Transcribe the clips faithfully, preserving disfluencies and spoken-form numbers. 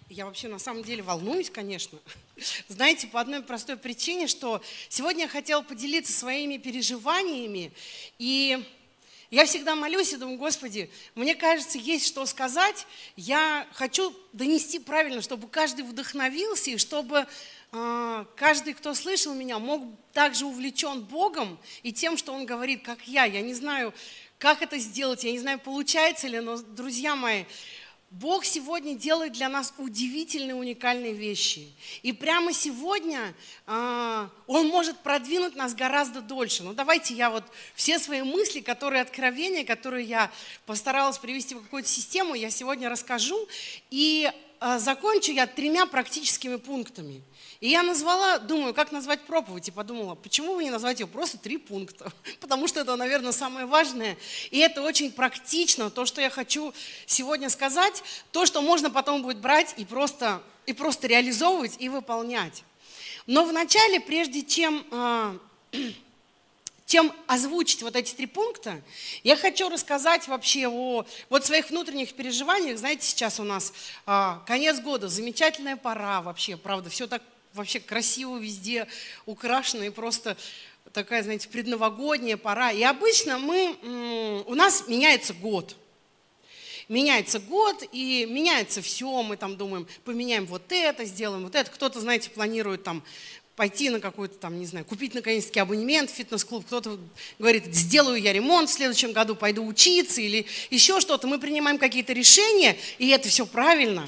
Я вообще на самом деле волнуюсь, конечно. Знаете, по одной простой причине, что сегодня я хотела поделиться своими переживаниями. И я всегда молюсь и думаю: Господи, мне кажется, есть что сказать. Я хочу донести правильно, чтобы каждый вдохновился, и чтобы э, каждый, кто слышал меня, мог также увлечен Богом и тем, что Он говорит, как я. Я не знаю, как это сделать, я не знаю, получается ли, но, друзья мои, Бог сегодня делает для нас удивительные, уникальные вещи. И прямо сегодня э, Он может продвинуть нас гораздо дольше. Ну давайте я вот все свои мысли, которые откровения, которые я постаралась привести в какую-то систему, я сегодня расскажу. И э, закончу я тремя практическими пунктами. И я назвала, думаю, как назвать проповедь, и подумала, почему бы не назвать ее просто три пункта, потому что это, наверное, самое важное, и это очень практично, то, что я хочу сегодня сказать, то, что можно потом будет брать и просто, и просто реализовывать и выполнять. Но вначале, прежде чем, э, чем озвучить вот эти три пункта, я хочу рассказать вообще о вот своих внутренних переживаниях. Знаете, сейчас у нас э, конец года, замечательная пора вообще, правда, все так вообще красиво везде украшено, и просто такая, знаете, предновогодняя пора. И обычно мы, у нас меняется год. Меняется год, и меняется все. Мы там думаем, поменяем вот это, сделаем вот это. Кто-то, знаете, планирует там пойти на какой-то там, не знаю, купить наконец-таки абонемент в фитнес-клуб. Кто-то говорит, сделаю я ремонт в следующем году, пойду учиться или еще что-то. Мы принимаем какие-то решения, и это все правильно.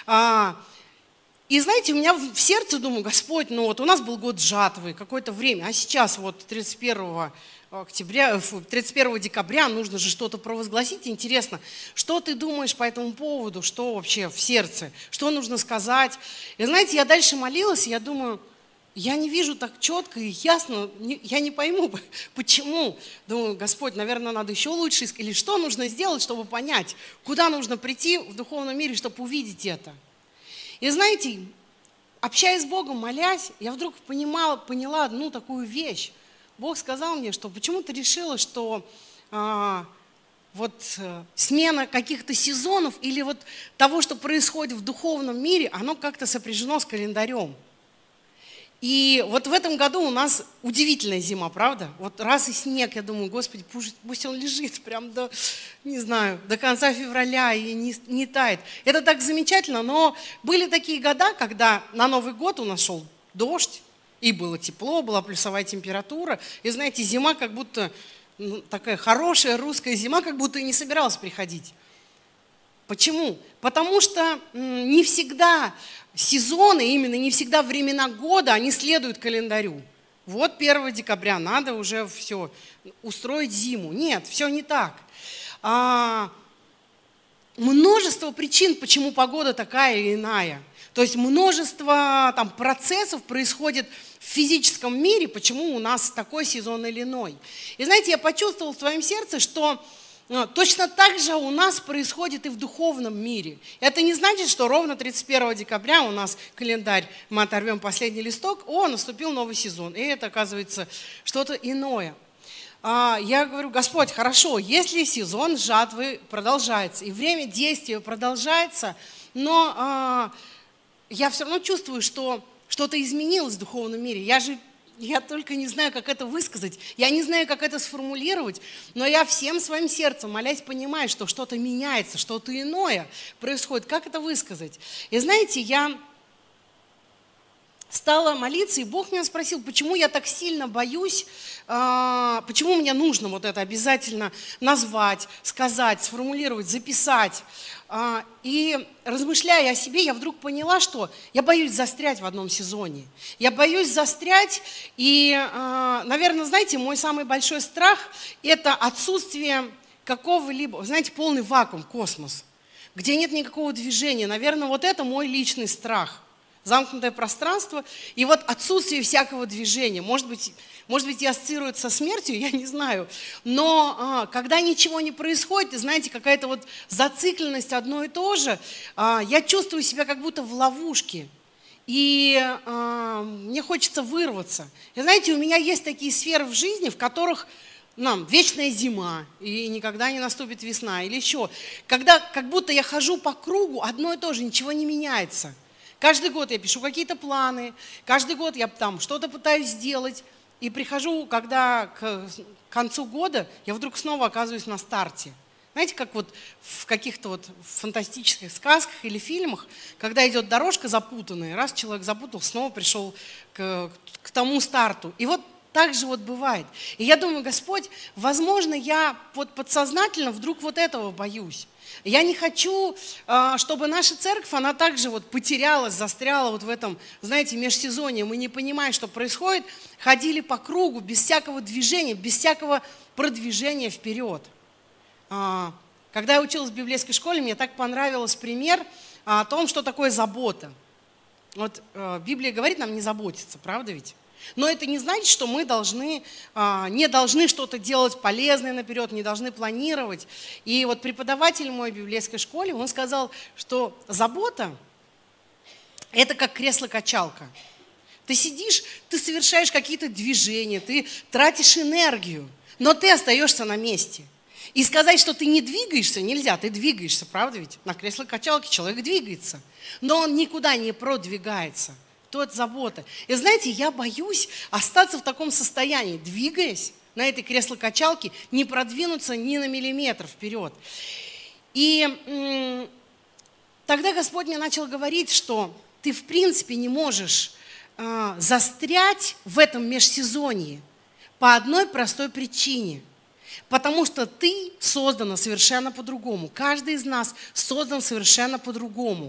И знаете, у меня в сердце, думаю, Господь, ну вот у нас был год жатвы, какое-то время, а сейчас вот тридцать первого октября, тридцать первого декабря нужно же что-то провозгласить. Интересно, что ты думаешь по этому поводу, что вообще в сердце, что нужно сказать? И знаете, я дальше молилась, и я думаю, я не вижу так четко и ясно, я не пойму, почему. Думаю, Господь, наверное, надо еще лучше, или что нужно сделать, чтобы понять, куда нужно прийти в духовном мире, чтобы увидеть это. И знаете, общаясь с Богом, молясь, я вдруг понимала, поняла одну такую вещь. Бог сказал мне, что почему ты решила, что а, вот а, смена каких-то сезонов или вот того, что происходит в духовном мире, оно как-то сопряжено с календарем. И вот в этом году у нас удивительная зима, правда? Вот раз и снег, я думаю, Господи, пусть, пусть он лежит прям до, не знаю, до конца февраля и не, не тает. Это так замечательно, но были такие года, когда на Новый год у нас шел дождь, и было тепло, была плюсовая температура. И знаете, зима как будто, ну, такая хорошая русская зима, как будто и не собиралась приходить. Почему? Потому что не всегда сезоны, именно не всегда времена года, они следуют календарю. Вот первого декабря надо уже все устроить зиму. Нет, все не так. А, множество причин, почему погода такая или иная. То есть множество там, процессов происходит в физическом мире, почему у нас такой сезон или иной. И знаете, я почувствовала в своем сердце, что точно так же у нас происходит и в духовном мире. Это не значит, что ровно тридцать первого декабря у нас календарь, мы оторвем последний листок, о, наступил новый сезон. И это, оказывается, что-то иное. Я говорю, Господь, хорошо, если сезон жатвы продолжается, и время действия продолжается, но я все равно чувствую, что что-то изменилось в духовном мире. Я же Я только не знаю, как это высказать, я не знаю, как это сформулировать, но я всем своим сердцем, молясь, понимаю, что что-то меняется, что-то иное происходит. Как это высказать? И знаете, я стала молиться, и Бог меня спросил, почему я так сильно боюсь, почему мне нужно вот это обязательно назвать, сказать, сформулировать, записать. И размышляя о себе, я вдруг поняла, что я боюсь застрять в одном сезоне. Я боюсь застрять, и, наверное, знаете, мой самый большой страх – это отсутствие какого-либо, знаете, полный вакуум, космос, где нет никакого движения. Наверное, вот это мой личный страх. Замкнутое пространство и вот отсутствие всякого движения. Может быть, может быть, и ассоциирует со смертью, я не знаю. Но а, когда ничего не происходит, и знаете, какая-то вот зацикленность одно и то же, а, я чувствую себя как будто в ловушке. И а, мне хочется вырваться. И знаете, у меня есть такие сферы в жизни, в которых нам вечная зима, и никогда не наступит весна, или еще. Когда как будто я хожу по кругу, одно и то же, ничего не меняется. Каждый год я пишу какие-то планы, каждый год я там что-то пытаюсь сделать, и прихожу, когда к концу года, я вдруг снова оказываюсь на старте. Знаете, как вот в каких-то вот фантастических сказках или фильмах, когда идет дорожка запутанная, раз человек запутал, снова пришел к, к тому старту. И вот так же вот бывает. И я думаю, Господь, возможно, я вот подсознательно вдруг вот этого боюсь. Я не хочу, чтобы наша церковь, она также вот потерялась, застряла вот в этом, знаете, межсезонье. Мы не понимаем, что происходит, ходили по кругу, без всякого движения, без всякого продвижения вперед. Когда я училась в библейской школе, мне так понравился пример о том, что такое забота. Вот Библия говорит нам не заботиться, правда ведь? Но это не значит, что мы должны, не должны что-то делать полезное наперед, не должны планировать. И вот преподаватель мой в библейской школе, он сказал, что забота – это как кресло-качалка. Ты сидишь, ты совершаешь какие-то движения, ты тратишь энергию, но ты остаешься на месте. И сказать, что ты не двигаешься, нельзя, ты двигаешься, правда ведь? На кресло-качалке человек двигается, но он никуда не продвигается. То это забота. И знаете, я боюсь остаться в таком состоянии, двигаясь на этой кресло-качалке, не продвинуться ни на миллиметр вперед. И м- тогда Господь мне начал говорить, что ты в принципе не можешь э, застрять в этом межсезонье по одной простой причине. Потому что ты создана совершенно по-другому. Каждый из нас создан совершенно по-другому.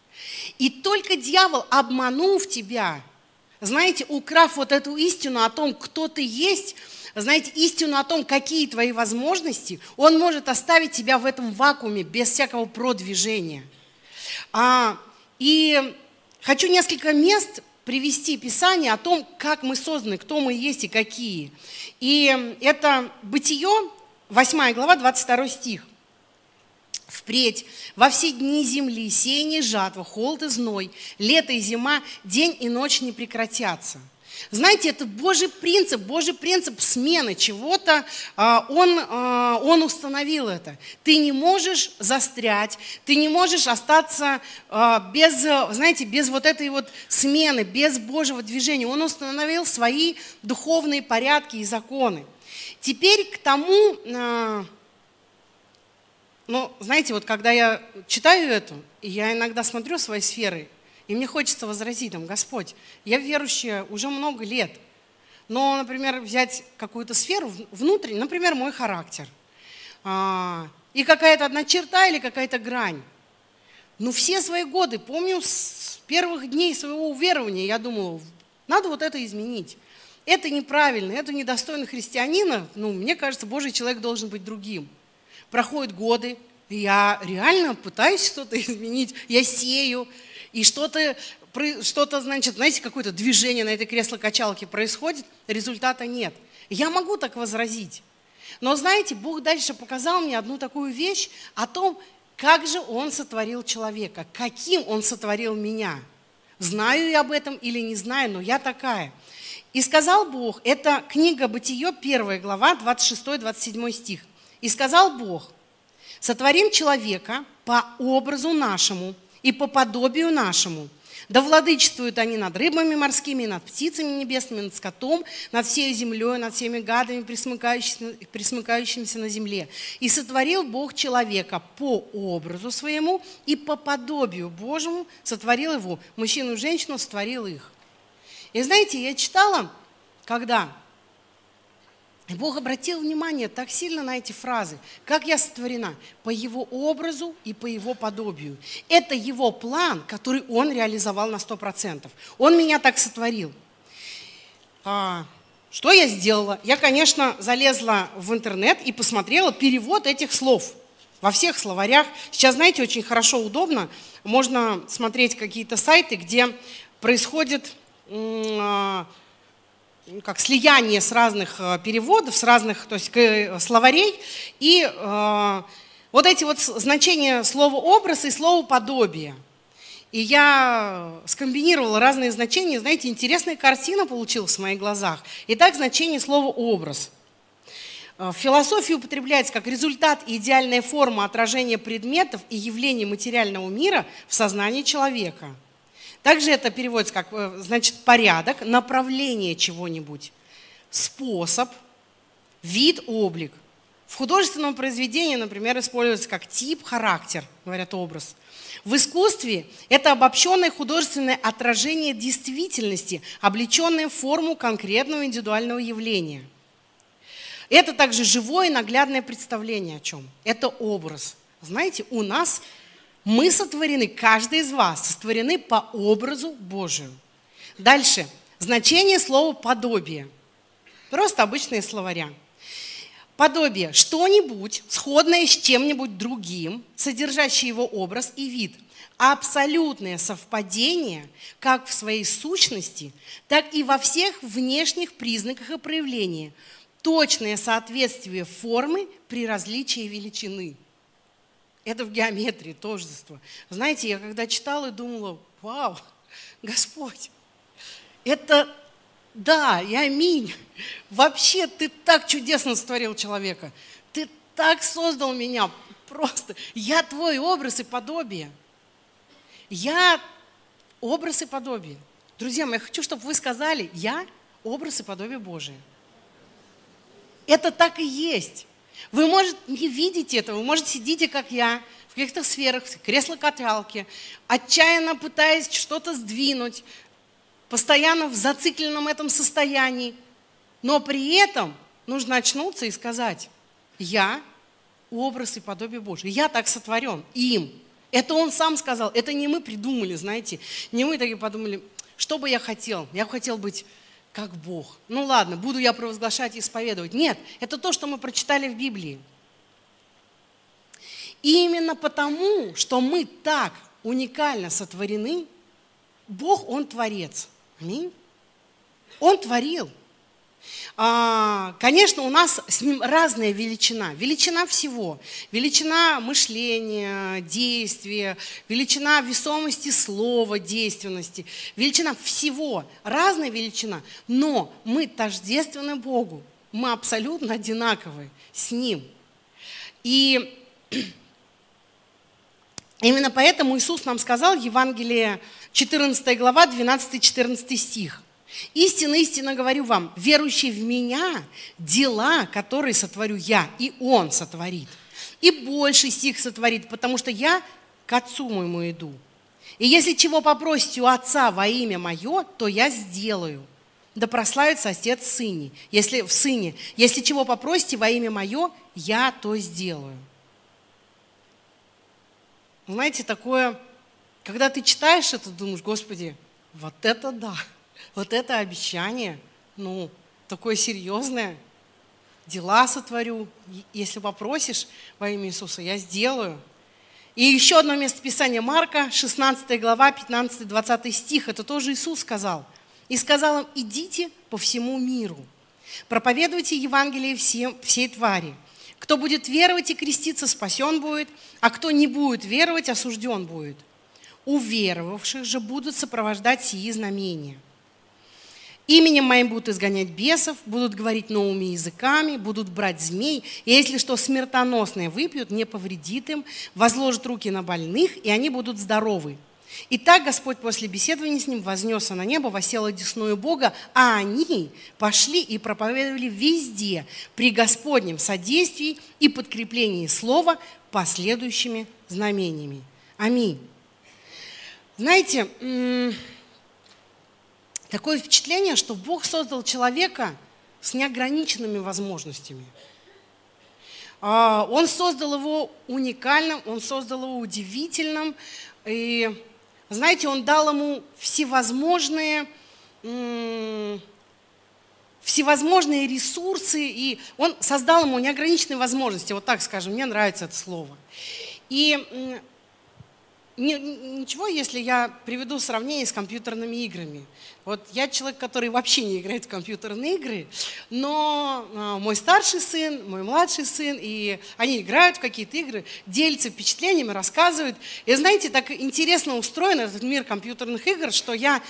И только дьявол, обманув тебя, знаете, украв вот эту истину о том, кто ты есть, знаете, истину о том, какие твои возможности, он может оставить тебя в этом вакууме без всякого продвижения. А, и хочу несколько мест привести Писание о том, как мы созданы, кто мы есть и какие. И это Бытие, восьмая глава, двадцать второй стих. «Впредь во все дни земли сеяние и жатва, холод и зной, лето и зима, день и ночь не прекратятся». Знаете, это Божий принцип, Божий принцип смены чего-то, он, он установил это. Ты не можешь застрять, ты не можешь остаться без, знаете, без вот этой вот смены, без Божьего движения. Он установил свои духовные порядки и законы. Теперь к тому... Ну, знаете, вот когда я читаю эту, и я иногда смотрю свои сферы, и мне хочется возразить, там, Господь, я верующая уже много лет, но, например, взять какую-то сферу внутреннюю, например, мой характер, и какая-то одна черта или какая-то грань. Ну, все свои годы, помню, с первых дней своего уверования, я думала, надо вот это изменить. Это неправильно, это недостойно христианина, ну, мне кажется, Божий человек должен быть другим. Проходят годы, я реально пытаюсь что-то изменить, я сею, и что-то, что-то, значит, знаете, какое-то движение на этой кресло-качалке происходит, результата нет. Я могу так возразить. Но, знаете, Бог дальше показал мне одну такую вещь о том, как же Он сотворил человека, каким Он сотворил меня. Знаю я об этом или не знаю, но я такая. И сказал Бог, это книга Бытие, первая глава, двадцать шестой двадцать седьмой стих. И сказал Бог, сотворим человека по образу нашему и по подобию нашему. Да владычествуют они над рыбами морскими, над птицами небесными, над скотом, над всей землей, над всеми гадами, присмыкающимися, присмыкающимися на земле. И сотворил Бог человека по образу своему и по подобию Божьему сотворил его. Мужчину и женщину сотворил их. И знаете, я читала, когда... И Бог обратил внимание так сильно на эти фразы. Как я сотворена? По Его образу и по Его подобию. Это Его план, который Он реализовал на сто процентов. Он меня так сотворил. А, что я сделала? Я, конечно, залезла в интернет и посмотрела перевод этих слов во всех словарях. Сейчас, знаете, очень хорошо, удобно. Можно смотреть какие-то сайты, где происходит... как слияние с разных переводов, с разных, то есть, словарей, и э, вот эти вот значения слова «образ» и слова «подобие». И я скомбинировала разные значения, знаете, интересная картина получилась в моих глазах. Итак, значение слова «образ». В философии употребляется как результат и идеальная форма отражения предметов и явлений материального мира в сознании человека. Также это переводится как, значит, порядок, направление чего-нибудь, способ, вид, облик. В художественном произведении, например, используется как тип, характер, говорят, образ. В искусстве это обобщенное художественное отражение действительности, облеченное в форму конкретного индивидуального явления. Это также живое и наглядное представление о чем? Это образ. Знаете, у нас мы сотворены, каждый из вас сотворены по образу Божию. Дальше. Значение слова «подобие». Просто обычные словаря. Подобие – что-нибудь, сходное с чем-нибудь другим, содержащее его образ и вид. Абсолютное совпадение как в своей сущности, так и во всех внешних признаках и проявлениях. Точное соответствие формы при различии величины. Это в геометрии тождество. Знаете, я когда читала и думала, вау, Господь, это да, и аминь. Вообще, ты так чудесно сотворил человека. Ты так создал меня просто. Я твой образ и подобие. Я образ и подобие. Друзья мои, я хочу, чтобы вы сказали, я образ и подобие Божие. Это так и есть. Вы, может, не видите этого, вы, может, сидите, как я, в каких-то сферах, в кресло-каталке, отчаянно пытаясь что-то сдвинуть, постоянно в зацикленном этом состоянии. Но при этом нужно очнуться и сказать, я образ и подобие Божие. Я так сотворен им. Это Он сам сказал. Это не мы придумали, знаете. Не мы такие подумали, что бы я хотел. Я хотел быть как Бог. Ну ладно, буду я провозглашать и исповедовать. Нет, это то, что мы прочитали в Библии. И именно потому, что мы так уникально сотворены, Бог, Он творец. Аминь. Он творил. А, конечно, у нас с Ним разная величина. Величина всего. Величина мышления, действия, величина весомости слова, действенности. Величина всего. Разная величина. Но мы тождественны Богу. Мы абсолютно одинаковы с Ним. И именно поэтому Иисус нам сказал, Евангелие четырнадцатая глава, двенадцатый-четырнадцатый стих. «Истинно, истинно говорю вам, верующий в Меня, дела, которые сотворю Я, и Он сотворит. И больше стих сотворит, потому что Я к Отцу Моему иду. И если чего попросите у Отца во имя Мое, то Я сделаю. Да прославится Отец в Сыне. Если, в Сыне. Если чего попросите во имя Мое, Я то сделаю». Знаете, такое, когда ты читаешь это, думаешь, Господи, вот это да. Вот это обещание, ну, такое серьезное. Дела сотворю. Если попросишь во имя Иисуса, я сделаю. И еще одно место Писания Марка, шестнадцатая глава, пятнадцатый-двадцатый стих. Это тоже Иисус сказал. И сказал им, идите по всему миру. Проповедуйте Евангелие всем, всей твари. Кто будет веровать и креститься, спасен будет, а кто не будет веровать, осужден будет. У веровавших же будут сопровождать сии знамения. Именем Моим будут изгонять бесов, будут говорить новыми языками, будут брать змей, и если что смертоносное выпьют, не повредит им, возложат руки на больных, и они будут здоровы. И так Господь после беседования с ним вознесся на небо, воссел одесную Бога, а они пошли и проповедовали везде при Господнем содействии и подкреплении слова последующими знамениями. Аминь. Знаете, такое впечатление, что Бог создал человека с неограниченными возможностями. Он создал его уникальным, он создал его удивительным. И, знаете, он дал ему всевозможные, всевозможные ресурсы, и он создал ему неограниченные возможности. Вот так скажем, мне нравится это слово. И ничего, если я приведу сравнение с компьютерными играми. Вот я человек, который вообще не играет в компьютерные игры, но мой старший сын, мой младший сын, и они играют в какие-то игры, делятся впечатлениями, рассказывают. И знаете, так интересно устроен этот мир компьютерных игр, что я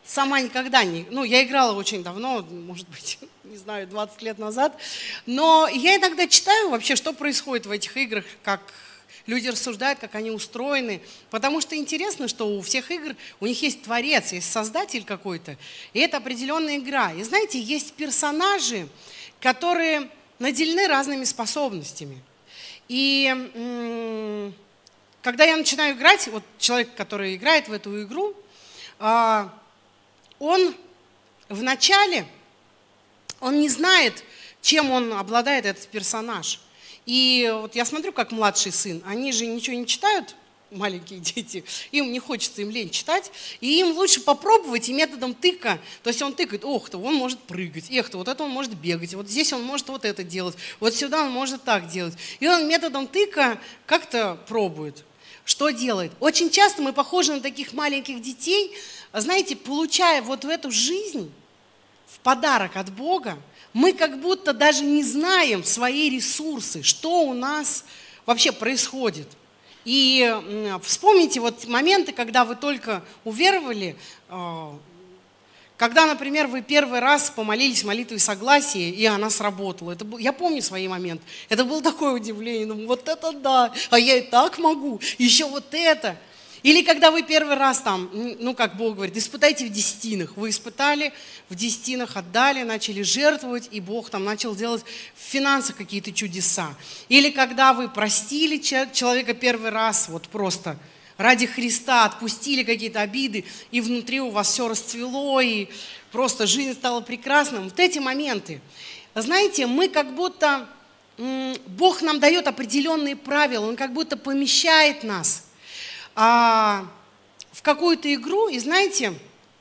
сама никогда не... Ну, я играла очень давно, может быть, не знаю, двадцать лет назад. Но я иногда читаю вообще, что происходит в этих играх, как люди рассуждают, как они устроены. Потому что интересно, что у всех игр, у них есть творец, есть создатель какой-то. И это определенная игра. И знаете, есть персонажи, которые наделены разными способностями. И м- когда я начинаю играть, вот человек, который играет в эту игру, а, он вначале, он не знает, чем он обладает, этот персонаж. И вот я смотрю, как младший сын, они же ничего не читают, маленькие дети, им не хочется, им лень читать, и им лучше попробовать и методом тыка, то есть он тыкает, ох-то, он может прыгать, эх-то, вот это он может бегать, вот здесь он может вот это делать, вот сюда он может так делать. И он методом тыка как-то пробует. Что делает? Очень часто мы похожи на таких маленьких детей, знаете, получая вот в эту жизнь, в подарок от Бога, мы как будто даже не знаем свои ресурсы, что у нас вообще происходит. И вспомните вот моменты, когда вы только уверовали, когда, например, вы первый раз помолились молитвой согласия, и она сработала. Это был, я помню свои моменты. Это было такое удивление. Ну, вот это да, а я и так могу, еще вот это. Или когда вы первый раз там, ну как Бог говорит, испытайте в десятинах. Вы испытали, в десятинах отдали, начали жертвовать, и Бог там начал делать в финансах какие-то чудеса. Или когда вы простили человека первый раз, вот просто ради Христа отпустили какие-то обиды, и внутри у вас все расцвело, и просто жизнь стала прекрасной. Вот эти моменты. Знаете, мы как будто, Бог нам дает определенные правила, Он как будто помещает нас а, в какую-то игру, и знаете,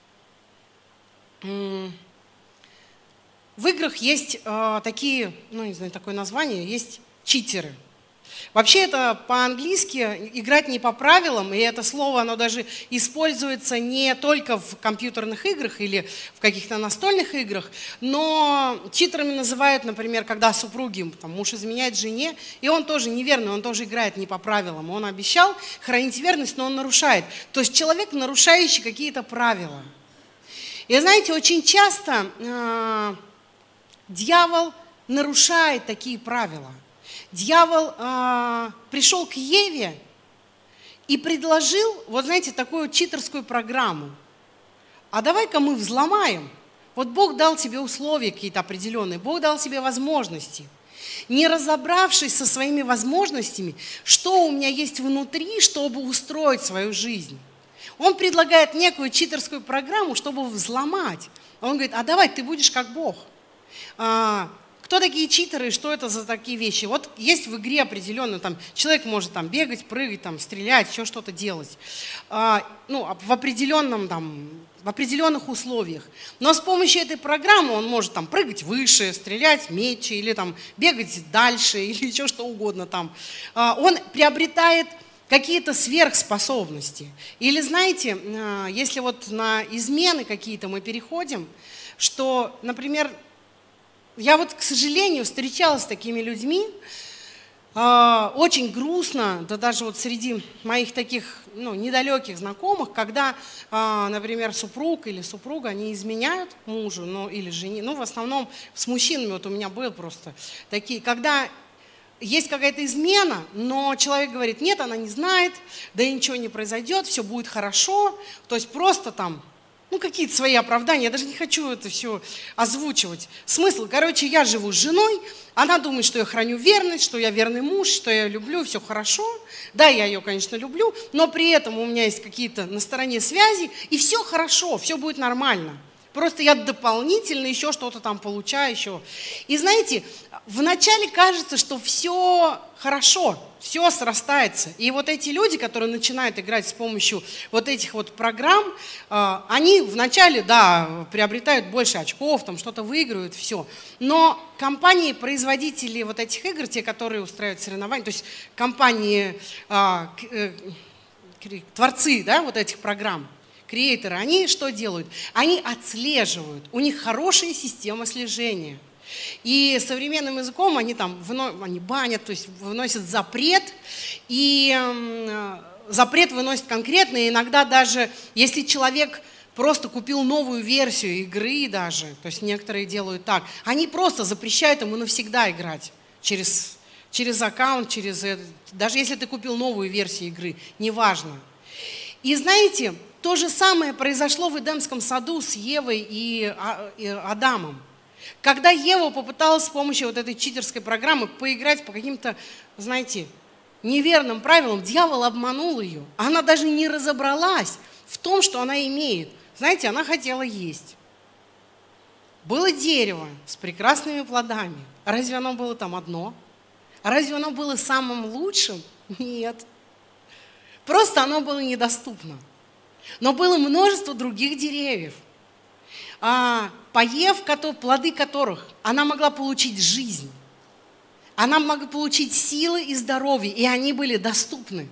в играх есть а, такие, ну не знаю, такое название, есть читеры. Вообще это по-английски играть не по правилам, и это слово, оно даже используется не только в компьютерных играх или в каких-то настольных играх, но читерами называют, например, когда супруги, там, муж изменяет жене, и он тоже неверный, он тоже играет не по правилам. Он обещал хранить верность, но он нарушает. То есть человек, нарушающий какие-то правила. И знаете, очень часто э, дьявол нарушает такие правила. Дьявол э, пришел к Еве и предложил, вот знаете, такую читерскую программу. А давай-ка мы взломаем. Вот Бог дал тебе условия какие-то определенные, Бог дал тебе возможности. Не разобравшись со своими возможностями, что у меня есть внутри, чтобы устроить свою жизнь. Он предлагает некую читерскую программу, чтобы взломать. Он говорит, а давай, ты будешь как Бог. А, Кто такие читеры, что это за такие вещи? Вот есть в игре определенно, там, человек может там, бегать, прыгать, там, стрелять, еще что-то делать. А, ну, в, определенном, там, в определенных условиях. Но с помощью этой программы он может там, прыгать выше, стрелять меньше, или там, бегать дальше, или еще что угодно. Там. А, он приобретает какие-то сверхспособности. Или знаете, если вот на измены какие-то мы переходим, что, например, я вот, к сожалению, встречалась с такими людьми, э, очень грустно, да даже вот среди моих таких ну, недалеких знакомых, когда, э, например, супруг или супруга, они изменяют мужу ну, или жене, ну в основном с мужчинами вот у меня было просто такие, когда есть какая-то измена, но человек говорит, нет, она не знает, да и ничего не произойдет, все будет хорошо, то есть просто там, ну, какие-то свои оправдания, я даже не хочу это все озвучивать. Смысл, короче, я живу с женой, она думает, что я храню верность, что я верный муж, что я люблю, все хорошо. Да, я ее, конечно, люблю, но при этом у меня есть какие-то на стороне связи, и все хорошо, все будет нормально. Просто я дополнительно еще что-то там получаю еще. И знаете, вначале кажется, что все хорошо, все срастается. И вот эти люди, которые начинают играть с помощью вот этих вот программ, они вначале, да, приобретают больше очков, там что-то выигрывают, все. Но компании-производители вот этих игр, те, которые устраивают соревнования, то есть компании, творцы, да, вот этих программ, креаторы, они что делают? Они отслеживают, у них хорошая система слежения. И современным языком они там они банят, то есть выносят запрет, и запрет выносит конкретно, и иногда даже если человек просто купил новую версию игры даже, то есть некоторые делают так, они просто запрещают ему навсегда играть через, через аккаунт, через, даже если ты купил новую версию игры, неважно. И знаете, то же самое произошло в Эдемском саду с Евой и Адамом. Когда Ева попыталась с помощью вот этой читерской программы поиграть по каким-то, знаете, неверным правилам, дьявол обманул ее. Она даже не разобралась в том, что она имеет. Знаете, она хотела есть. Было дерево с прекрасными плодами. Разве оно было там одно? Разве оно было самым лучшим? Нет. Просто оно было недоступно. Но было множество других деревьев, а, поев плоды которых она могла получить жизнь. Она могла получить силы и здоровье, и они были доступны.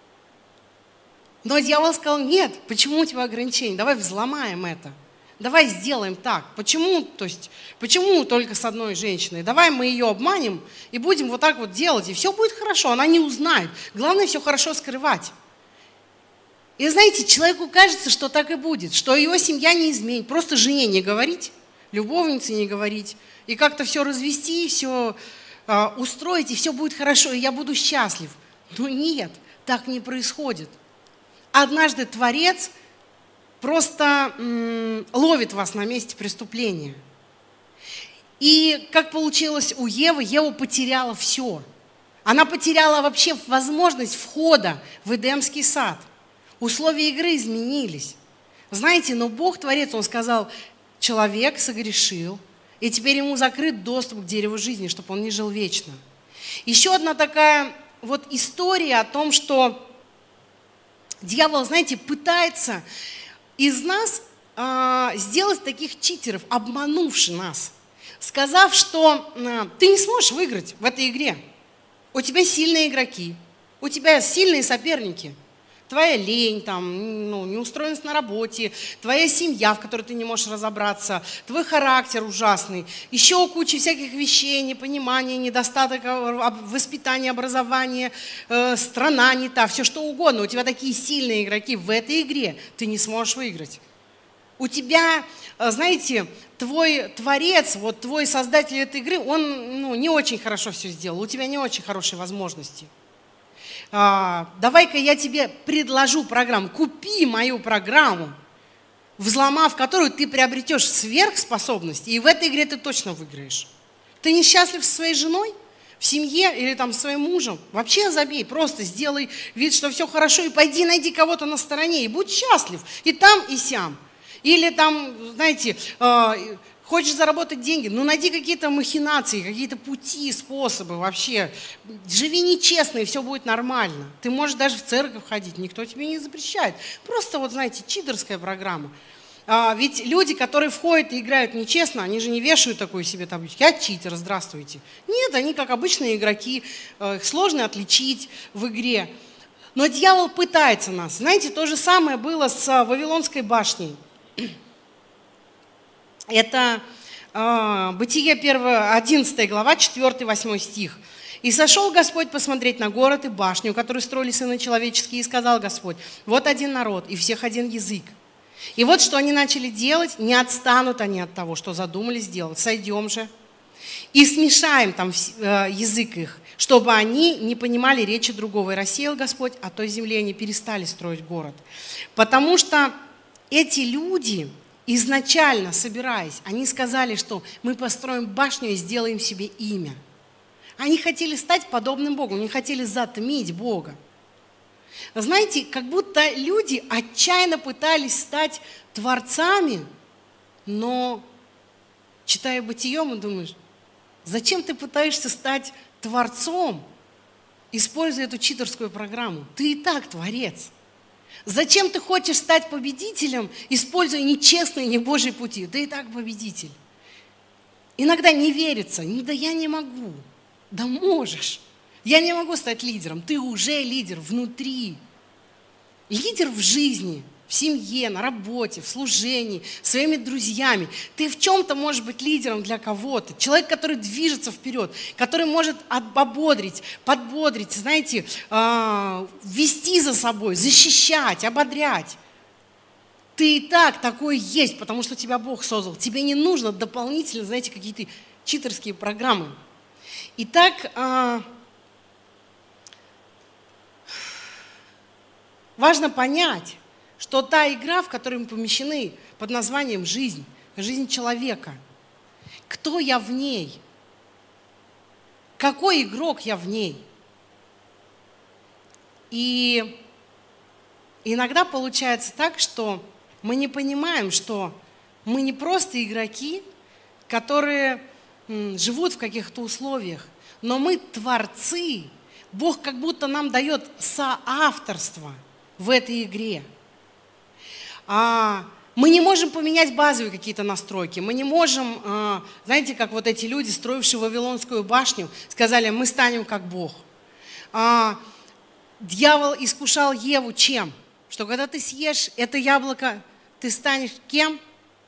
Но дьявол сказал: нет, почему у тебя ограничения? Давай взломаем это. Давай сделаем так. Почему, то есть, почему только с одной женщиной? Давай мы ее обманем и будем вот так вот делать, и все будет хорошо, она не узнает. Главное, все хорошо скрывать. И знаете, человеку кажется, что так и будет, что его семья не изменит. Просто жене не говорить, любовнице не говорить, и как-то все развести, все э, устроить, и все будет хорошо, и я буду счастлив. Но нет, так не происходит. Однажды Творец просто м, ловит вас на месте преступления. И как получилось у Евы, Ева потеряла все. Она потеряла вообще возможность входа в Эдемский сад. Условия игры изменились. Знаете, но Бог, Творец, Он сказал: человек согрешил, и теперь ему закрыт доступ к дереву жизни, чтобы он не жил вечно. Еще одна такая вот история о том, что дьявол, знаете, пытается из нас э, сделать таких читеров, обманувши нас, сказав, что э, ты не сможешь выиграть в этой игре. У тебя сильные игроки, у тебя сильные соперники. Твоя лень, там, ну, неустроенность на работе, твоя семья, в которой ты не можешь разобраться, твой характер ужасный, еще куча всяких вещей, непонимания, недостаток воспитания, образования, э, страна не та, все что угодно. У тебя такие сильные игроки в этой игре, ты не сможешь выиграть. У тебя, знаете, твой творец, вот твой создатель этой игры, он ну, не очень хорошо все сделал, у тебя не очень хорошие возможности. А, давай-ка я тебе предложу программу, купи мою программу, взломав которую ты приобретешь сверхспособности, и в этой игре ты точно выиграешь. Ты несчастлив со своей женой, в семье или там со своим мужем? Вообще забей, просто сделай вид, что все хорошо, и пойди найди кого-то на стороне, и будь счастлив и там, и сям. Или там, знаете, э, хочешь заработать деньги, ну найди какие-то махинации, какие-то пути, способы вообще. Живи нечестно, и все будет нормально. Ты можешь даже в церковь ходить, никто тебе не запрещает. Просто вот, знаете, читерская программа. А, ведь люди, которые входят и играют нечестно, они же не вешают такую себе табличку: я читер, здравствуйте. Нет, они как обычные игроки, их сложно отличить в игре. Но дьявол пытается нас. Знаете, то же самое было с Вавилонской башней. Это э, Бытие одиннадцатая глава, четвёртый-восьмой стих. «И сошел Господь посмотреть на город и башню, которую строили сыны человеческие, и сказал Господь: вот один народ, и всех один язык. И вот что они начали делать, не отстанут они от того, что задумали сделать. Сойдем же и смешаем там э, язык их, чтобы они не понимали речи другого. И рассеял Господь от той земли, они перестали строить город». Потому что эти люди, изначально собираясь, они сказали, что мы построим башню и сделаем себе имя. Они хотели стать подобным Богу, они хотели затмить Бога. Знаете, как будто люди отчаянно пытались стать творцами, но, читая Бытие, мы думаешь, зачем ты пытаешься стать творцом, используя эту читерскую программу? Ты и так творец. Зачем ты хочешь стать победителем, используя нечестные, не Божьи пути? Ты и так победитель. Иногда не верится, да я не могу. Да можешь. Я не могу стать лидером. Ты уже лидер внутри. Лидер в жизни, в семье, на работе, в служении, своими друзьями. Ты в чем-то можешь быть лидером для кого-то. Человек, который движется вперед, который может ободрить, подбодрить, знаете, вести за собой, защищать, ободрять. Ты и так такой есть, потому что тебя Бог создал. Тебе не нужно дополнительно, знаете, какие-то читерские программы. Итак, а, важно понять, что та игра, в которой мы помещены под названием «жизнь», жизнь человека, кто я в ней, какой игрок я в ней. И иногда получается так, что мы не понимаем, что мы не просто игроки, которые м, живут в каких-то условиях, но мы творцы. Бог как будто нам дает соавторство в этой игре. А, мы не можем поменять базовые какие-то настройки. Мы не можем, а, знаете, как вот эти люди, строившие Вавилонскую башню, сказали, мы станем как Бог. А, дьявол искушал Еву чем? Что когда ты съешь это яблоко, ты станешь кем?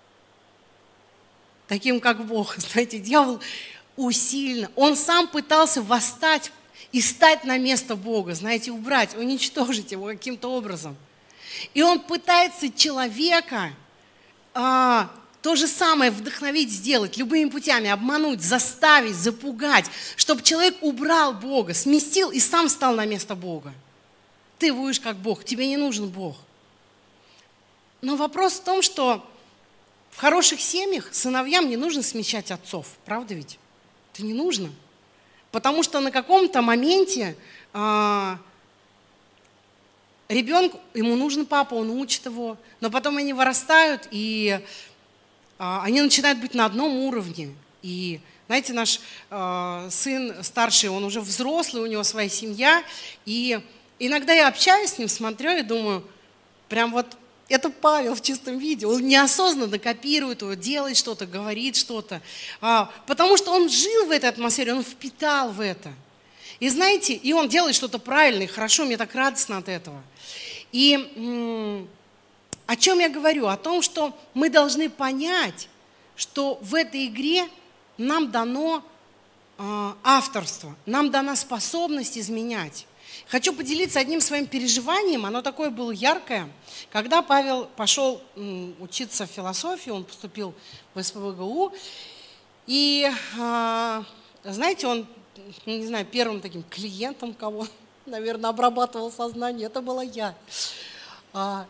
Таким, как Бог. Знаете, дьявол усиленно. Он сам пытался восстать и стать на место Бога, знаете, убрать, уничтожить его каким-то образом. И он пытается человека а, то же самое вдохновить сделать, любыми путями, обмануть, заставить, запугать, чтобы человек убрал Бога, сместил и сам стал на место Бога. Ты будешь как Бог, тебе не нужен Бог. Но вопрос в том, что в хороших семьях сыновьям не нужно смещать отцов, правда ведь? Это не нужно. Потому что на каком-то моменте а, ребенку, ему нужен папа, он учит его, но потом они вырастают, и а, они начинают быть на одном уровне. И знаете, наш а, сын старший, он уже взрослый, у него своя семья, и иногда я общаюсь с ним, смотрю и думаю, прям вот это Павел в чистом виде, он неосознанно копирует его, делает что-то, говорит что-то, а, потому что он жил в этой атмосфере, он впитал в это. И знаете, и он делает что-то правильное, хорошо, мне так радостно от этого. И м- о чем я говорю? О том, что мы должны понять, что в этой игре нам дано э, авторство, нам дана способность изменять. Хочу поделиться одним своим переживанием, оно такое было яркое. Когда Павел пошел м, учиться в философию, он поступил в эс пэ вэ гэ у, и, э, знаете, он, не знаю, первым таким клиентом, кого, наверное, обрабатывал сознание, это была я. А,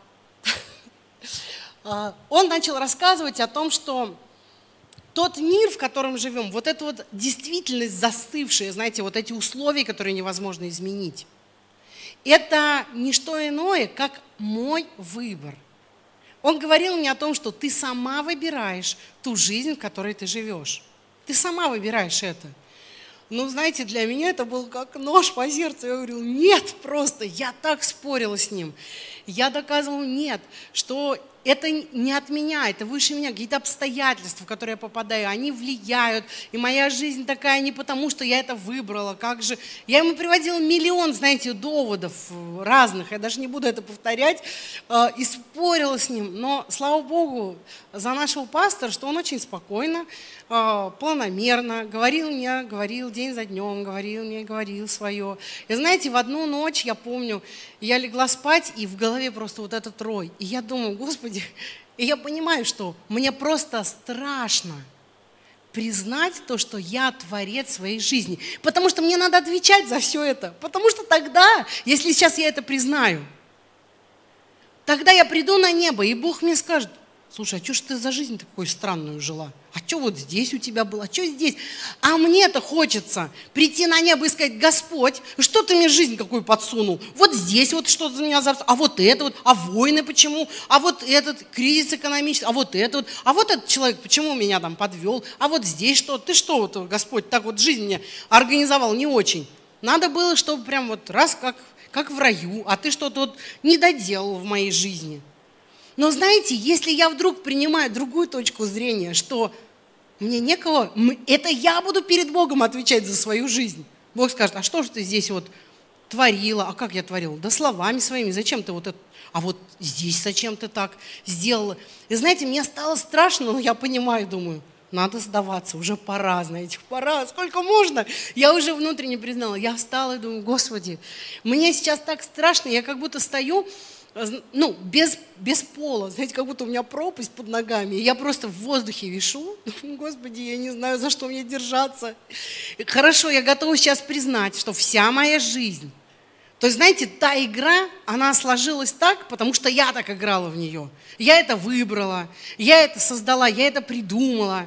а, он начал рассказывать о том, что тот мир, в котором живем, вот эта вот действительность застывшая, знаете, вот эти условия, которые невозможно изменить, это не что иное, как мой выбор. Он говорил мне о том, что ты сама выбираешь ту жизнь, в которой ты живешь. Ты сама выбираешь это. Ну, знаете, для меня это был как нож по сердцу. Я говорю, нет, просто, я так спорила с ним. Я доказывала, нет, что это не от меня, это выше меня, какие-то обстоятельства, в которые я попадаю, они влияют, и моя жизнь такая не потому, что я это выбрала, как же. Я ему приводила миллион, знаете, доводов разных, я даже не буду это повторять, и спорила с ним, но, слава Богу, за нашего пастора, что он очень спокойно, планомерно говорил мне, говорил день за днем, говорил мне, говорил свое. И знаете, в одну ночь, я помню, я легла спать, и в голове просто вот этот рой. И я думаю, Господи, и я понимаю, что мне просто страшно признать то, что я творец своей жизни. Потому что мне надо отвечать за все это. Потому что тогда, если сейчас я это признаю, тогда я приду на небо, и Бог мне скажет, слушай, а что ж ты за жизнь такую странную жила? А что вот здесь у тебя было? А что здесь? А мне-то хочется прийти на небо и сказать, Господь, что ты мне жизнь какую подсунул? Вот здесь вот что-то за меня зарастало, а вот это вот, а войны почему? А вот этот кризис экономический, а вот это вот, а вот этот человек почему меня там подвел? А вот здесь что? Ты что, вот, Господь, так вот жизнь мне организовал не очень? Надо было, чтобы прям вот раз как, как в раю, а ты что-то вот не доделал в моей жизни. Но знаете, если я вдруг принимаю другую точку зрения, что мне некого, это я буду перед Богом отвечать за свою жизнь. Бог скажет, а что же ты здесь вот творила? А как я творила? Да словами своими. Зачем ты вот это? А вот здесь зачем ты так сделала? И знаете, мне стало страшно, но я понимаю, думаю, надо сдаваться, уже пора, знаете, пора, сколько можно? Я уже внутренне признала. Я встала и думаю, Господи, мне сейчас так страшно, я как будто стою ну, без, без пола, знаете, как будто у меня пропасть под ногами, и я просто в воздухе вишу. Господи, я не знаю, за что мне держаться. Хорошо, я готова сейчас признать, что вся моя жизнь, то есть, знаете, та игра, она сложилась так, потому что я так играла в нее. Я это выбрала, я это создала, я это придумала.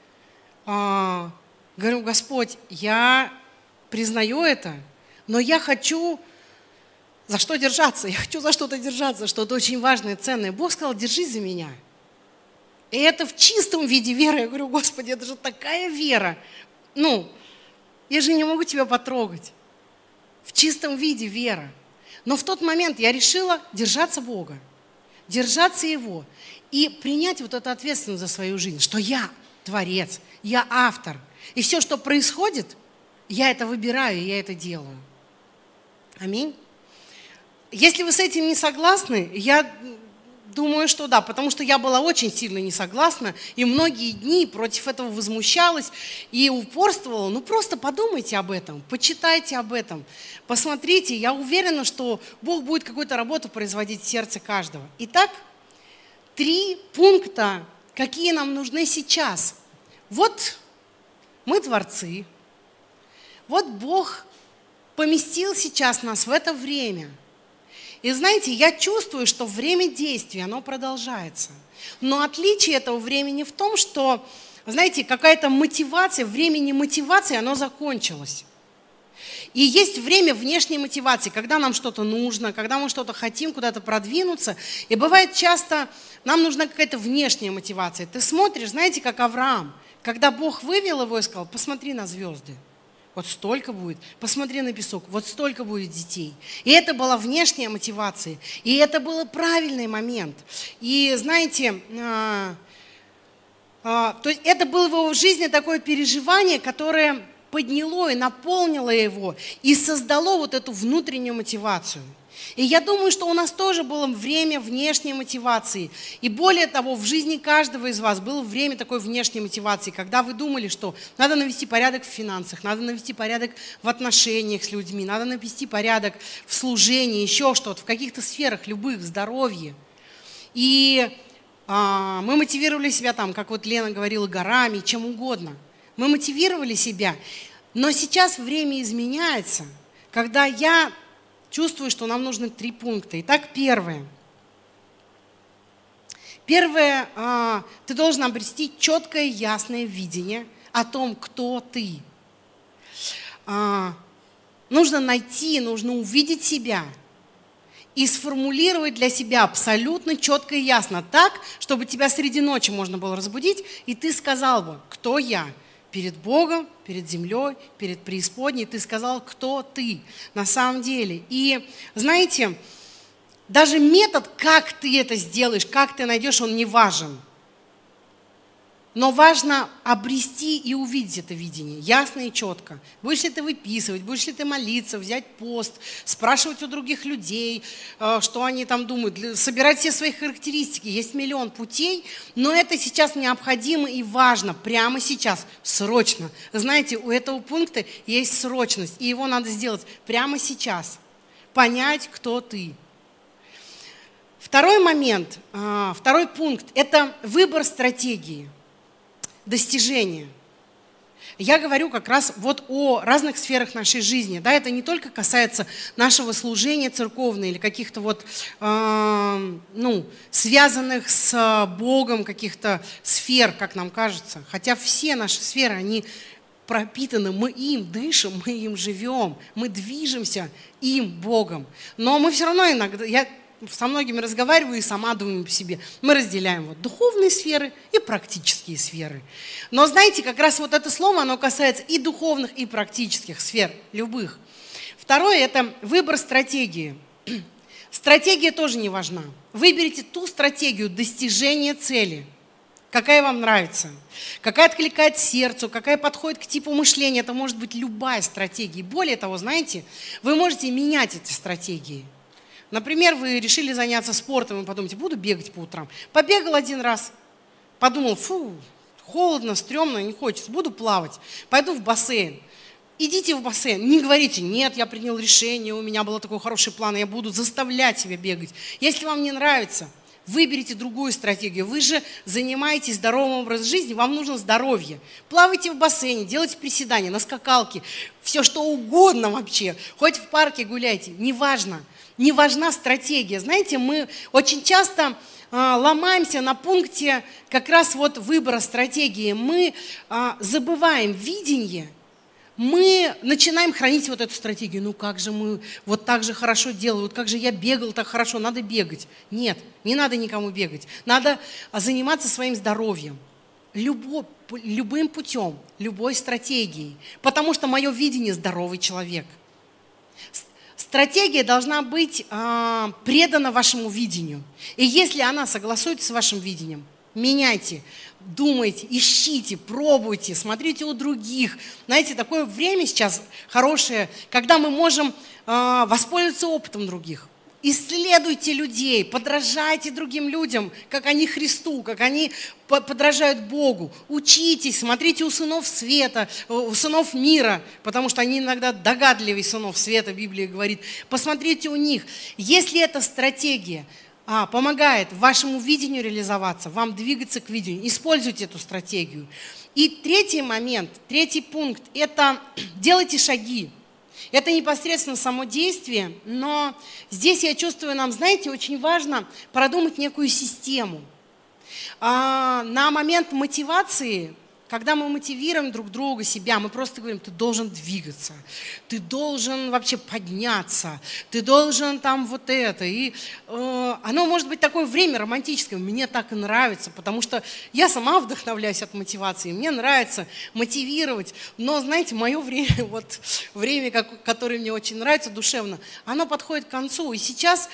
А, говорю, Господь, я признаю это, но я хочу за что держаться, я хочу за что-то держаться, что-то очень важное, ценное. Бог сказал, держись за меня. И это в чистом виде веры. Я говорю, Господи, это же такая вера. Ну, я же не могу тебя потрогать. В чистом виде вера. Но в тот момент я решила держаться Бога, держаться Его и принять вот эту ответственность за свою жизнь, что я творец, я автор. И все, что происходит, я это выбираю, и я это делаю. Аминь. Если вы с этим не согласны, я думаю, что да, потому что я была очень сильно не согласна, и многие дни против этого возмущалась и упорствовала. Ну просто подумайте об этом, почитайте об этом, посмотрите. Я уверена, что Бог будет какую-то работу производить в сердце каждого. Итак, три пункта, какие нам нужны сейчас. Вот мы творцы, вот Бог поместил сейчас нас в это время. И знаете, я чувствую, что время действия, оно продолжается. Но отличие этого времени в том, что, знаете, какая-то мотивация, времени мотивации, оно закончилось. И есть время внешней мотивации, когда нам что-то нужно, когда мы что-то хотим, куда-то продвинуться. И бывает часто, нам нужна какая-то внешняя мотивация. Ты смотришь, знаете, как Авраам, когда Бог вывел его и сказал, посмотри на звезды. Вот столько будет. Посмотри на песок. Вот столько будет детей. И это была внешняя мотивация. И это был правильный момент. И знаете, а, а, то есть это было в его жизни такое переживание, которое подняло и наполнило его. И создало вот эту внутреннюю мотивацию. И я думаю, что у нас тоже было время внешней мотивации. И более того, в жизни каждого из вас было время такой внешней мотивации, когда вы думали, что надо навести порядок в финансах, надо навести порядок в отношениях с людьми, надо навести порядок в служении, еще что-то, в каких-то сферах любых, в здоровье. И а, мы мотивировали себя там, как вот Лена говорила, горами, чем угодно. Мы мотивировали себя. Но сейчас время изменяется, когда я чувствую, что нам нужны три пункта. Итак, первое. Первое, а, ты должен обрести четкое, ясное видение о том, кто ты. А, нужно найти, нужно увидеть себя и сформулировать для себя абсолютно четко и ясно, так, чтобы тебя среди ночи можно было разбудить, и ты сказал бы, кто я. Перед Богом, перед землей, перед преисподней, ты сказал, кто ты на самом деле. И знаете, даже метод, как ты это сделаешь, как ты найдешь, он не важен. Но важно обрести и увидеть это видение, ясно и четко. Будешь ли ты выписывать, будешь ли ты молиться, взять пост, спрашивать у других людей, что они там думают, собирать все свои характеристики. Есть миллион путей, но это сейчас необходимо и важно, прямо сейчас, срочно. Знаете, у этого пункта есть срочность, и его надо сделать прямо сейчас. Понять, кто ты. Второй момент, второй пункт – это выбор стратегии. Достижения. Я говорю как раз вот о разных сферах нашей жизни. Да, это не только касается нашего служения церковного или каких-то вот, э, ну, связанных с Богом каких-то сфер, как нам кажется. Хотя все наши сферы, они пропитаны, мы им дышим, мы им живем, мы движемся им, Богом. Но мы все равно иногда... Я, со многими разговариваю и сама думаю по себе. Мы разделяем вот духовные сферы и практические сферы. Но знаете, как раз вот это слово, оно касается и духовных, и практических сфер, любых. Второе – это выбор стратегии. Стратегия тоже не важна. Выберите ту стратегию достижения цели, какая вам нравится, какая откликает сердцу, какая подходит к типу мышления. Это может быть любая стратегия. Более того, знаете, вы можете менять эти стратегии. Например, вы решили заняться спортом и подумаете, буду бегать по утрам. Побегал один раз, подумал, фу, холодно, стрёмно, не хочется, буду плавать, пойду в бассейн. Идите в бассейн, не говорите: нет, я принял решение, у меня был такой хороший план, я буду заставлять себя бегать. Если вам не нравится, выберите другую стратегию. Вы же занимаетесь здоровым образом жизни, вам нужно здоровье. Плавайте в бассейне, делайте приседания, на скакалке, все что угодно вообще. Хоть в парке гуляйте, неважно. Не важна стратегия. Знаете, мы очень часто а, ломаемся на пункте как раз вот выбора стратегии. Мы а, забываем видение. Мы начинаем хранить вот эту стратегию. Ну как же мы вот так же хорошо делаем, вот как же я бегал так хорошо, надо бегать. Нет, не надо никому бегать. Надо заниматься своим здоровьем. Любо, любым путем, любой стратегией. Потому что мое видение – здоровый человек. Стратегия должна быть э, предана вашему видению. И если она согласуется с вашим видением, меняйте. Думайте, ищите, пробуйте, смотрите у других. Знаете, такое время сейчас хорошее, когда мы можем э, воспользоваться опытом других. Исследуйте людей, подражайте другим людям, как они Христу, как они подражают Богу. Учитесь, смотрите у сынов света, у сынов мира, потому что они иногда догадливее сынов света, Библия говорит. Посмотрите у них. Если эта стратегия а, помогает вашему видению реализоваться, вам двигаться к видению, используйте эту стратегию. И третий момент, третий пункт – это делайте шаги. Это непосредственно само действие, но здесь я чувствую, нам, знаете, очень важно продумать некую систему. А, на момент мотивации, когда мы мотивируем друг друга, себя, мы просто говорим: ты должен двигаться, ты должен вообще подняться, ты должен там вот это. И э, оно может быть такое время романтическое, мне так и нравится, потому что я сама вдохновляюсь от мотивации, мне нравится мотивировать. Но, знаете, мое время, вот время, как, которое мне очень нравится душевно, оно подходит к концу. И сейчас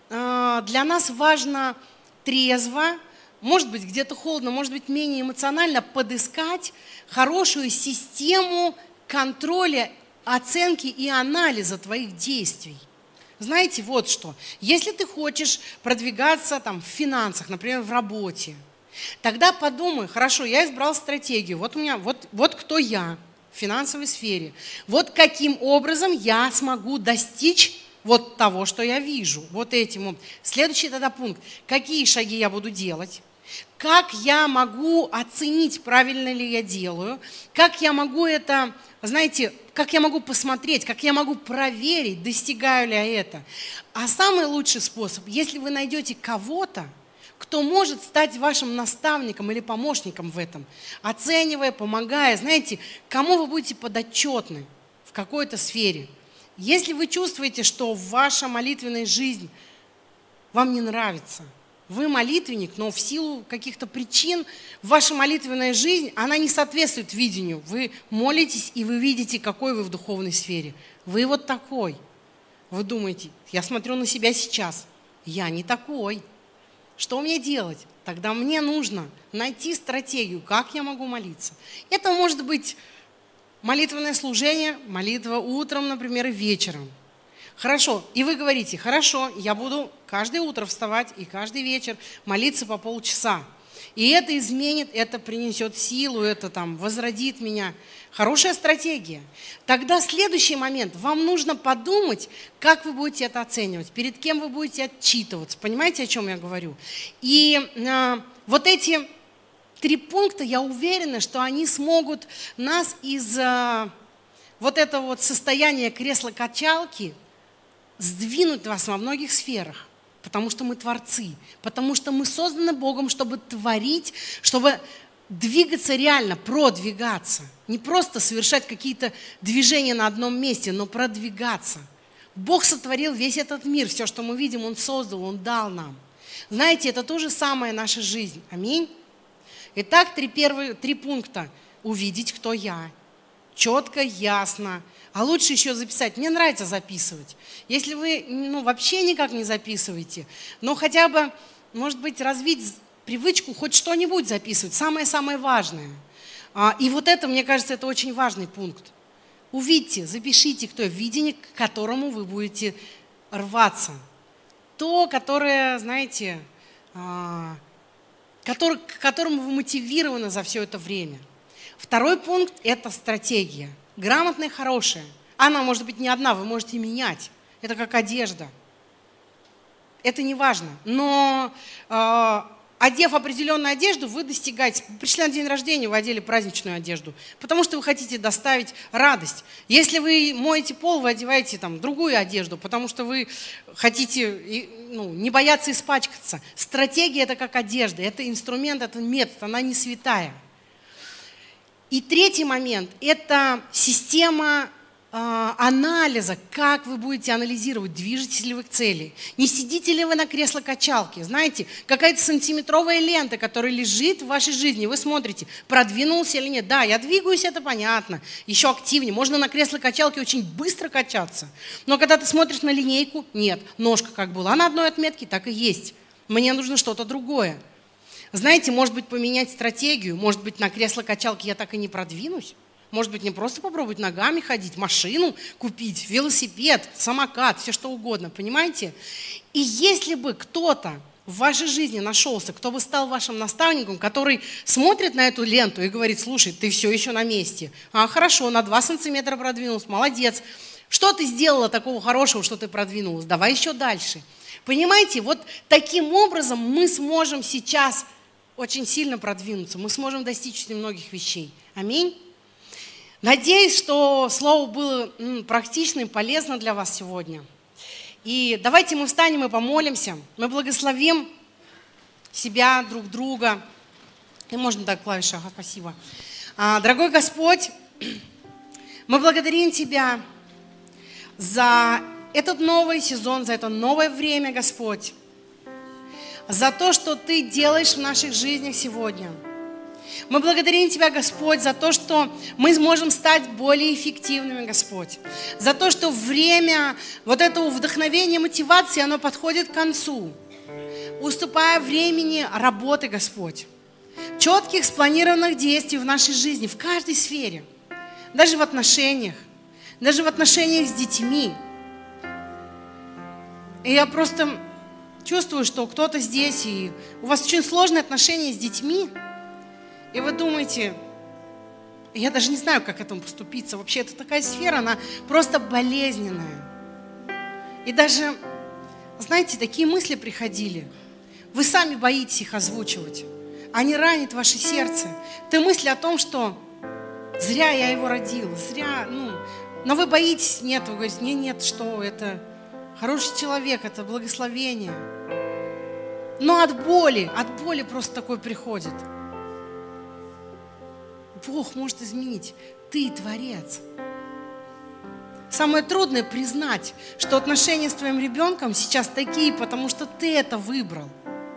э, для нас важно трезво, может быть, где-то холодно, может быть, менее эмоционально подыскать хорошую систему контроля, оценки и анализа твоих действий. Знаете, вот что. Если ты хочешь продвигаться там, в финансах, например, в работе, тогда подумай: хорошо, я избрал стратегию, вот, у меня, вот, вот кто я в финансовой сфере, вот каким образом я смогу достичь вот того, что я вижу, вот этим. Следующий тогда пункт. Какие шаги я буду делать? Как я могу оценить, правильно ли я делаю? Как я могу это, знаете, как я могу посмотреть, как я могу проверить, достигаю ли я это? А самый лучший способ, если вы найдете кого-то, кто может стать вашим наставником или помощником в этом, оценивая, помогая, знаете, кому вы будете подотчетны в какой-то сфере. Если вы чувствуете, что ваша молитвенная жизнь вам не нравится, вы молитвенник, но в силу каких-то причин ваша молитвенная жизнь, она не соответствует видению. Вы молитесь, и вы видите, какой вы в духовной сфере. Вы вот такой. Вы думаете: я смотрю на себя сейчас, я не такой. Что мне делать? Тогда мне нужно найти стратегию, как я могу молиться. Это может быть молитвенное служение, молитва утром, например, и вечером. Хорошо, и вы говорите: хорошо, я буду каждое утро вставать и каждый вечер молиться по полчаса. И это изменит, это принесет силу, это там возродит меня. Хорошая стратегия. Тогда следующий момент. Вам нужно подумать, как вы будете это оценивать, перед кем вы будете отчитываться. Понимаете, о чем я говорю? И э, вот эти три пункта, я уверена, что они смогут нас из э, вот этого вот состояния кресла-качалки сдвинуть вас во многих сферах, потому что мы творцы, потому что мы созданы Богом, чтобы творить, чтобы двигаться реально, продвигаться. Не просто совершать какие-то движения на одном месте, но продвигаться. Бог сотворил весь этот мир, все, что мы видим, Он создал, Он дал нам. Знаете, это то же самое наша жизнь. Аминь. Итак, три, первые, три пункта. Увидеть, кто я. Четко, ясно. А лучше еще записать. Мне нравится записывать. Если вы ну, вообще никак не записываете, но хотя бы, может быть, развить привычку хоть что-нибудь записывать. Самое-самое важное. И вот это, мне кажется, это очень важный пункт. Увидьте, запишите, кто видение, к которому вы будете рваться. То, которое, знаете, к которому вы мотивированы за все это время. Второй пункт – это стратегия. грамотная, хорошая. Она может быть не одна, вы можете менять. Это как одежда. Это не важно. Но э, одев определенную одежду, вы достигаете. Пришли на день рождения, вы одели праздничную одежду, потому что вы хотите доставить радость. Если вы моете пол, вы одеваете там другую одежду, потому что вы хотите ну, не бояться испачкаться. Стратегия – это как одежда, это инструмент, это метод, она не святая. И третий момент – это система анализа, как вы будете анализировать, движетесь ли вы к цели, не сидите ли вы на кресло-качалке, знаете, какая-то сантиметровая лента, которая лежит в вашей жизни, вы смотрите, продвинулся или нет. Да, я двигаюсь, это понятно, еще активнее, можно на кресло-качалке очень быстро качаться, но когда ты смотришь на линейку, нет, ножка как была на одной отметке, так и есть, мне нужно что-то другое. Знаете, может быть, поменять стратегию, может быть, на кресло-качалке я так и не продвинусь. Может быть, не просто попробовать ногами ходить, машину купить, велосипед, самокат, все что угодно, понимаете? И если бы кто-то в вашей жизни нашелся, кто бы стал вашим наставником, который смотрит на эту ленту и говорит, слушай, ты все еще на месте. А, хорошо, на два сантиметра продвинулся, молодец. Что ты сделала такого хорошего, что ты продвинулась? Давай еще дальше. Понимаете, вот таким образом мы сможем сейчас очень сильно продвинуться, мы сможем достичь очень многих вещей. Аминь. Надеюсь, что слово было практично и полезно для вас сегодня. И давайте мы встанем и помолимся. Мы благословим себя, друг друга. И можно так, клавиша, ага, спасибо. А, дорогой Господь, мы благодарим Тебя за этот новый сезон, за это новое время, Господь. За то, что Ты делаешь в наших жизнях сегодня. Мы благодарим Тебя, Господь, за то, что мы сможем стать более эффективными, Господь. За то, что время вот этого вдохновения, мотивации, оно подходит к концу. Уступая времени работы, Господь. Четких, спланированных действий в нашей жизни, в каждой сфере. Даже в отношениях. Даже в отношениях с детьми. И я просто чувствую, что кто-то здесь, и у вас очень сложные отношения с детьми. И вы думаете, я даже не знаю, как к этому поступиться. Вообще, это такая сфера, она просто болезненная. И даже, знаете, такие мысли приходили. Вы сами боитесь их озвучивать. Они ранят ваше сердце. Ты мысли о том, что зря я его родила, зря, ну... Но вы боитесь, нет, вы говорите, нет, нет, что это хороший человек, это благословение. Но от боли, от боли просто такое приходит. Бог может изменить. Ты творец. Самое трудное признать, что отношения с твоим ребенком сейчас такие, потому что ты это выбрал.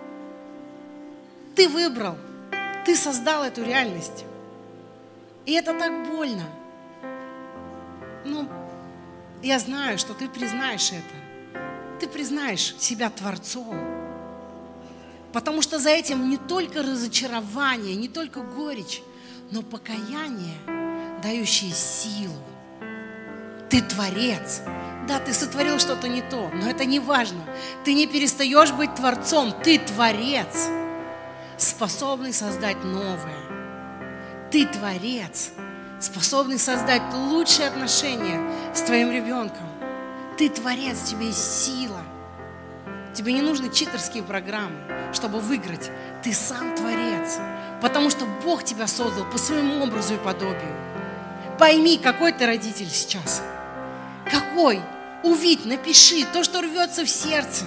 Ты выбрал. Ты создал эту реальность. И это так больно. Ну, я знаю, что ты признаешь это. Ты признаешь себя творцом. Потому что за этим не только разочарование, не только горечь, но покаяние, дающее силу. Ты творец. Да, ты сотворил что-то не то, но это не важно. Ты не перестаешь быть творцом. Ты творец, способный создать новое. Ты творец, способный создать лучшие отношения с твоим ребенком. Ты творец, тебе есть сила. Тебе не нужны читерские программы, чтобы выиграть. Ты сам творец. Потому что Бог тебя создал по своему образу и подобию. Пойми, какой ты родитель сейчас. Какой? Увидь, напиши то, что рвется в сердце.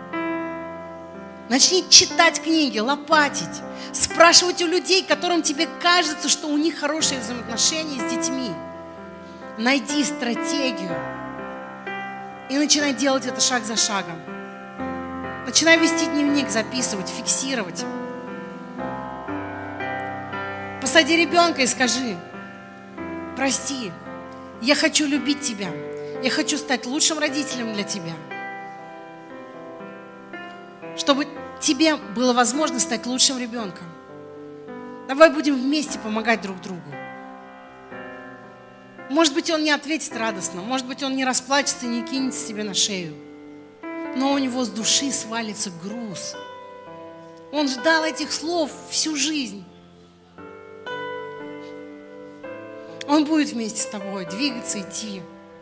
Начни читать книги, лопатить. Спрашивать у людей, которым тебе кажется, что у них хорошие взаимоотношения с детьми. Найди стратегию. И начинай делать это шаг за шагом. Начинай вести дневник, записывать, фиксировать. Посади ребенка и скажи: прости, я хочу любить тебя, я хочу стать лучшим родителем для тебя, чтобы тебе было возможно стать лучшим ребенком. Давай будем вместе помогать друг другу. Может быть, он не ответит радостно, может быть, он не расплачется и не кинется тебе на шею, но у него с души свалится груз. Он ждал этих слов всю жизнь. Он будет вместе с тобой двигаться, идти.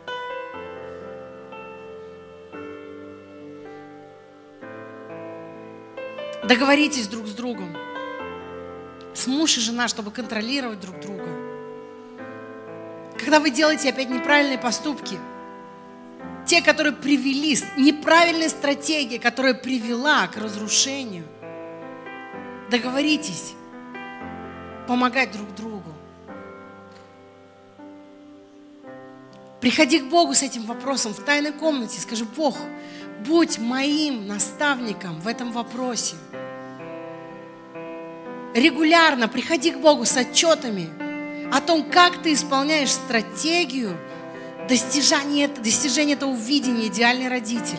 Договоритесь друг с другом, с муж и жена, чтобы контролировать друг друга. Когда вы делаете опять неправильные поступки, те, которые привели, неправильная стратегия, которая привела к разрушению, договоритесь помогать друг другу. Приходи к Богу с этим вопросом в тайной комнате, скажи: Бог, будь моим наставником в этом вопросе. Регулярно приходи к Богу с отчетами о том, как ты исполняешь стратегию достижения, достижения этого видения, идеальный родитель.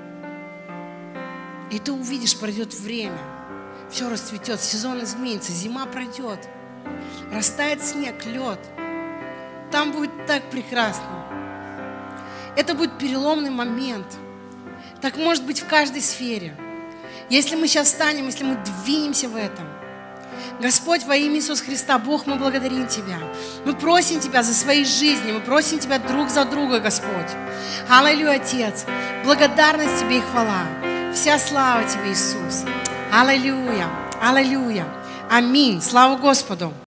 И ты увидишь, пройдет время, все расцветет, сезон изменится, зима пройдет, растает снег, лед. Там будет так прекрасно. Это будет переломный момент. Так может быть в каждой сфере. Если мы сейчас встанем, если мы двинемся в этом, Господь, во имя Иисуса Христа, Бог, мы благодарим Тебя. Мы просим Тебя за свои жизни, мы просим Тебя друг за друга, Господь. Аллилуйя, Отец. Благодарность Тебе и хвала. Вся слава Тебе, Иисус. Аллилуйя, аллилуйя. Аминь. Слава Господу.